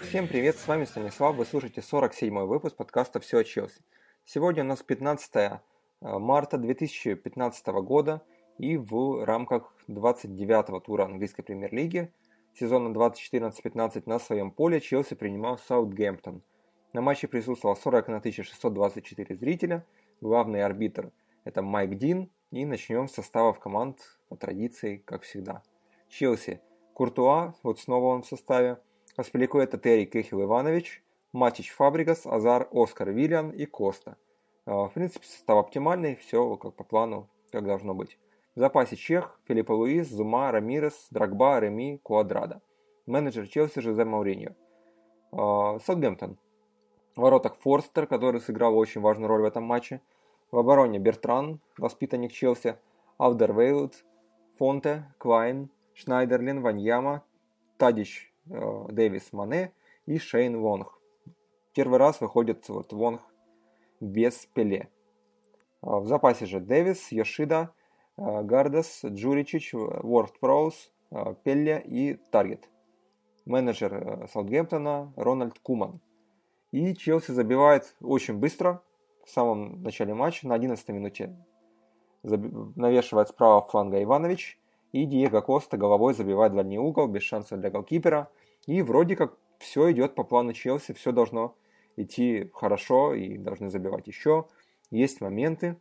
Всем привет, с вами Станислав, вы слушаете 47-й выпуск подкаста «Все о Челси». Сегодня у нас 15 марта 2015 года, и в рамках 29-го тура английской премьер-лиги сезона 2014-15 на своем поле Челси принимал Саутгемптон. На матче присутствовало 41 624 зрителя, главный арбитр это Майк Дин, и начнем с составов команд по традиции, как всегда. Челси, Куртуа, вот снова он в составе. Аспиликуэта, Терри, Кехил, Иванович, Матич, Фабригас, Азар, Оскар, Виллиан и Коста. В принципе, состав оптимальный, все как по плану, как должно быть. В запасе Чех, Филиппо Луис, Зума, Рамирес, Дрогба, Реми, Куадрада. Менеджер Челси Жозе Мауриньо. Саутгемптон. В воротах Форстер, который сыграл очень важную роль в этом матче. В обороне Бертран, воспитанник Челси, Алдервейлд, Фонте, Квайн, Шнайдерлин, Ваньяма, Тадич, Дэвис, Мане и Шейн Вонг. Первый раз выходит Вонг без Пеле. В запасе же Дэвис, Йошида, Гардес, Джуричич, Уорд-Проус, Пелле и Таргет. Менеджер Саутгемптона Рональд Куман. И Челси забивает очень быстро, в самом начале матча, на 11-й минуте навешивает справа фланга Иванович, и Диего Коста головой забивает в дальний угол, без шансов для голкипера. И вроде как все идет по плану Челси, все должно идти хорошо и должны забивать еще. Есть моменты,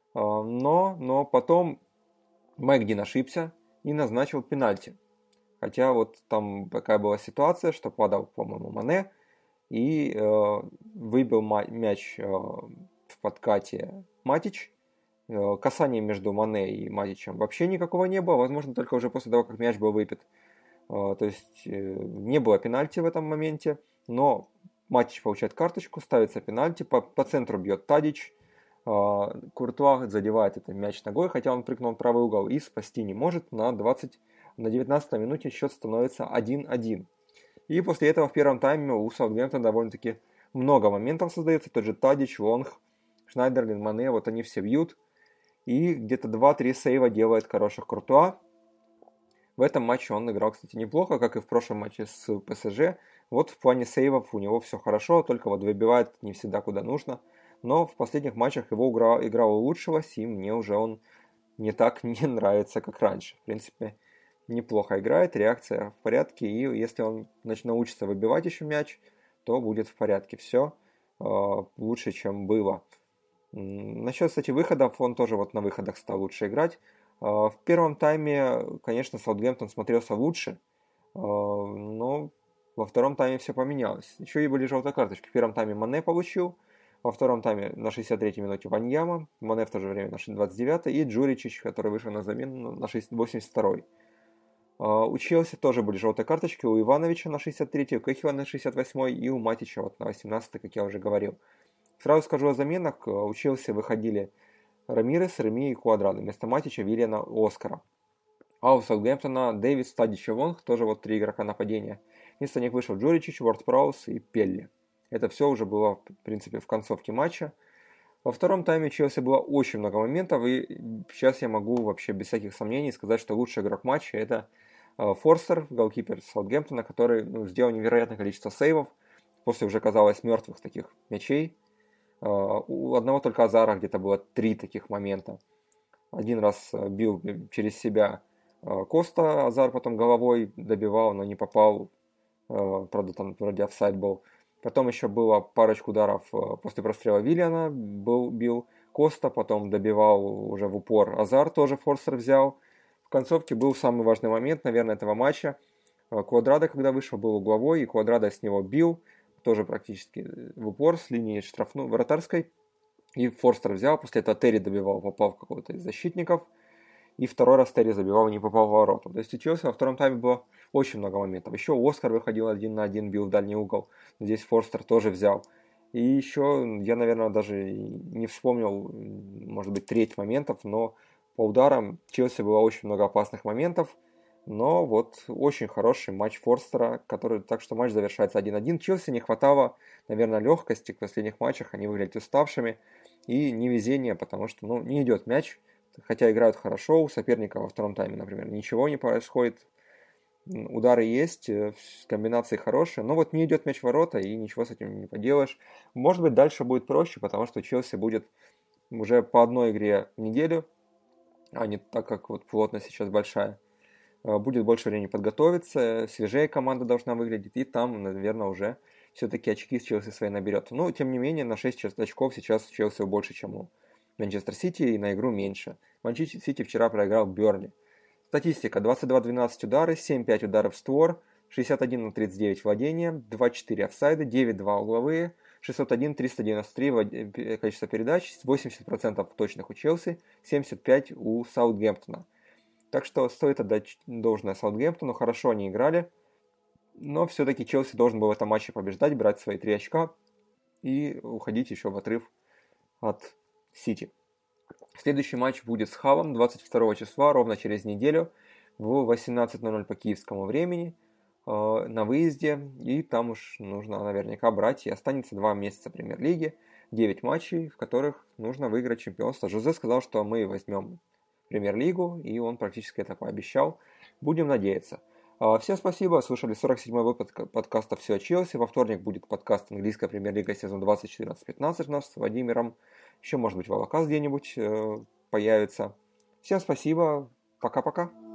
но потом Майк Дин ошибся и назначил пенальти. Хотя вот там такая была ситуация, что падал, по-моему, Мане и выбил мяч в подкате Матич. Касания между Мане и Матичем вообще никакого не было, возможно, только уже после того, как мяч был выпит. То есть не было пенальти в этом моменте, но Матич получает карточку, ставится пенальти, по центру бьет Тадич, Куртуа задевает этот мяч ногой, хотя он прыгнул в правый угол и спасти не может. На 19-й минуте счет становится 1-1. И после этого в первом тайме у Саутгемптона довольно-таки много моментов создается, тот же Тадич, Вонг, Шнайдерлин, Мане, вот они все бьют. И где-то 2-3 сейва делает хороших Куртуа. В этом матче он играл, кстати, неплохо, как и в прошлом матче с ПСЖ. Вот в плане сейвов у него все хорошо, только вот выбивает не всегда куда нужно. Но в последних матчах его игра улучшилась, и мне уже он не так не нравится, как раньше. В принципе, неплохо играет, реакция в порядке, и если он научится выбивать еще мяч, то будет в порядке все лучше, чем было. Насчет, кстати, выходов, он тоже вот на выходах стал лучше играть. В первом тайме, конечно, Саутгемптон смотрелся лучше, но во втором тайме все поменялось. Еще и были желтые карточки. В первом тайме Мане получил, во втором тайме на 63-й минуте Ваньяма, Мане в то же время на 29-й, и Джуричич, который вышел на замену на 82-й. У Челси тоже были желтые карточки, у Ивановича на 63-й, у Кехила на 68-й и у Матича вот на 18-й, как я уже говорил. Сразу скажу о заменах. У Челси выходили Рамирес, Реми и Куадрада. Вместо Матича Виллиана, Оскара. А у Саутгемптона Дэвис, Тадич и Вонг. Тоже вот 3 игрока нападения. Вместо них вышел Джуричич, Уорд-Проус и Пелли. Это все уже было, в принципе, в концовке матча. Во втором тайме у Челси было очень много моментов. И сейчас я могу вообще без всяких сомнений сказать, что лучший игрок матча это Форстер, голкипер Саутгемптона, который сделал невероятное количество сейвов. После уже казалось мертвых таких мячей. У одного только Азара где-то было 3 таких момента. Один раз бил через себя Коста, Азар потом головой добивал, но не попал. Правда, там вроде офсайд был. Потом еще было парочку ударов после прострела Виллиана, бил Коста, потом добивал уже в упор Азар, тоже Форстер взял. В концовке был самый важный момент, наверное, этого матча. Куадрада, когда вышел, был угловой, и Куадрада с него бил. Тоже практически в упор с линии вратарской. И Форстер взял, после этого Терри добивал, попал в какого-то из защитников. И второй раз Терри забивал и не попал в ворота. То есть у Челси во втором тайме было очень много моментов. Еще Оскар выходил 1 на 1, бил в дальний угол. Здесь Форстер тоже взял. И еще я, наверное, даже не вспомнил, может быть, треть моментов, но по ударам Челси было очень много опасных моментов. Но вот очень хороший матч Форстера, так что матч завершается 1-1. Челси не хватало, наверное, легкости в последних матчах, они выглядят уставшими. И невезение, потому что не идет мяч, хотя играют хорошо, у соперника во втором тайме, например, ничего не происходит. удары есть, комбинации хорошие, но вот не идет мяч в ворота, и ничего с этим не поделаешь. Может быть, дальше будет проще, потому что Челси будет уже по одной игре в неделю, а не так, как вот плотность сейчас большая. Будет больше времени подготовиться, свежее команда должна выглядеть, и там, наверное, уже все-таки очки с Челси свои наберет. Но, тем не менее, на 6 очков сейчас Челси больше, чем у Манчестер Сити, и на игру меньше. Манчестер Сити вчера проиграл Бернли. Статистика: 22-12 удары, 7-5 ударов в створ, 61-39 владения, 2-4 офсайды, 9-2 угловые, 601-393 количество передач, 80% точных у Челси, 75% у Саутгемптона. Так что стоит отдать должное Саутгемптону, хорошо они играли, но все-таки Челси должен был в этом матче побеждать, брать свои 3 очка и уходить еще в отрыв от Сити. Следующий матч будет с Халлом 22 числа, ровно через неделю, в 18:00 по киевскому времени, на выезде, и там уж нужно наверняка брать, и останется 2 месяца премьер-лиги, 9 матчей, в которых нужно выиграть чемпионство. Жозе сказал, что мы возьмем премьер-лигу, и он практически это пообещал. Будем надеяться. Всем спасибо, слушали 47-й выпуск подкаста «Все о Челси». Во вторник будет подкаст «Английская премьер-лига» сезон 2014-15 у нас с Владимиром. Еще, может быть, Волокас где-нибудь появится. Всем спасибо, пока-пока.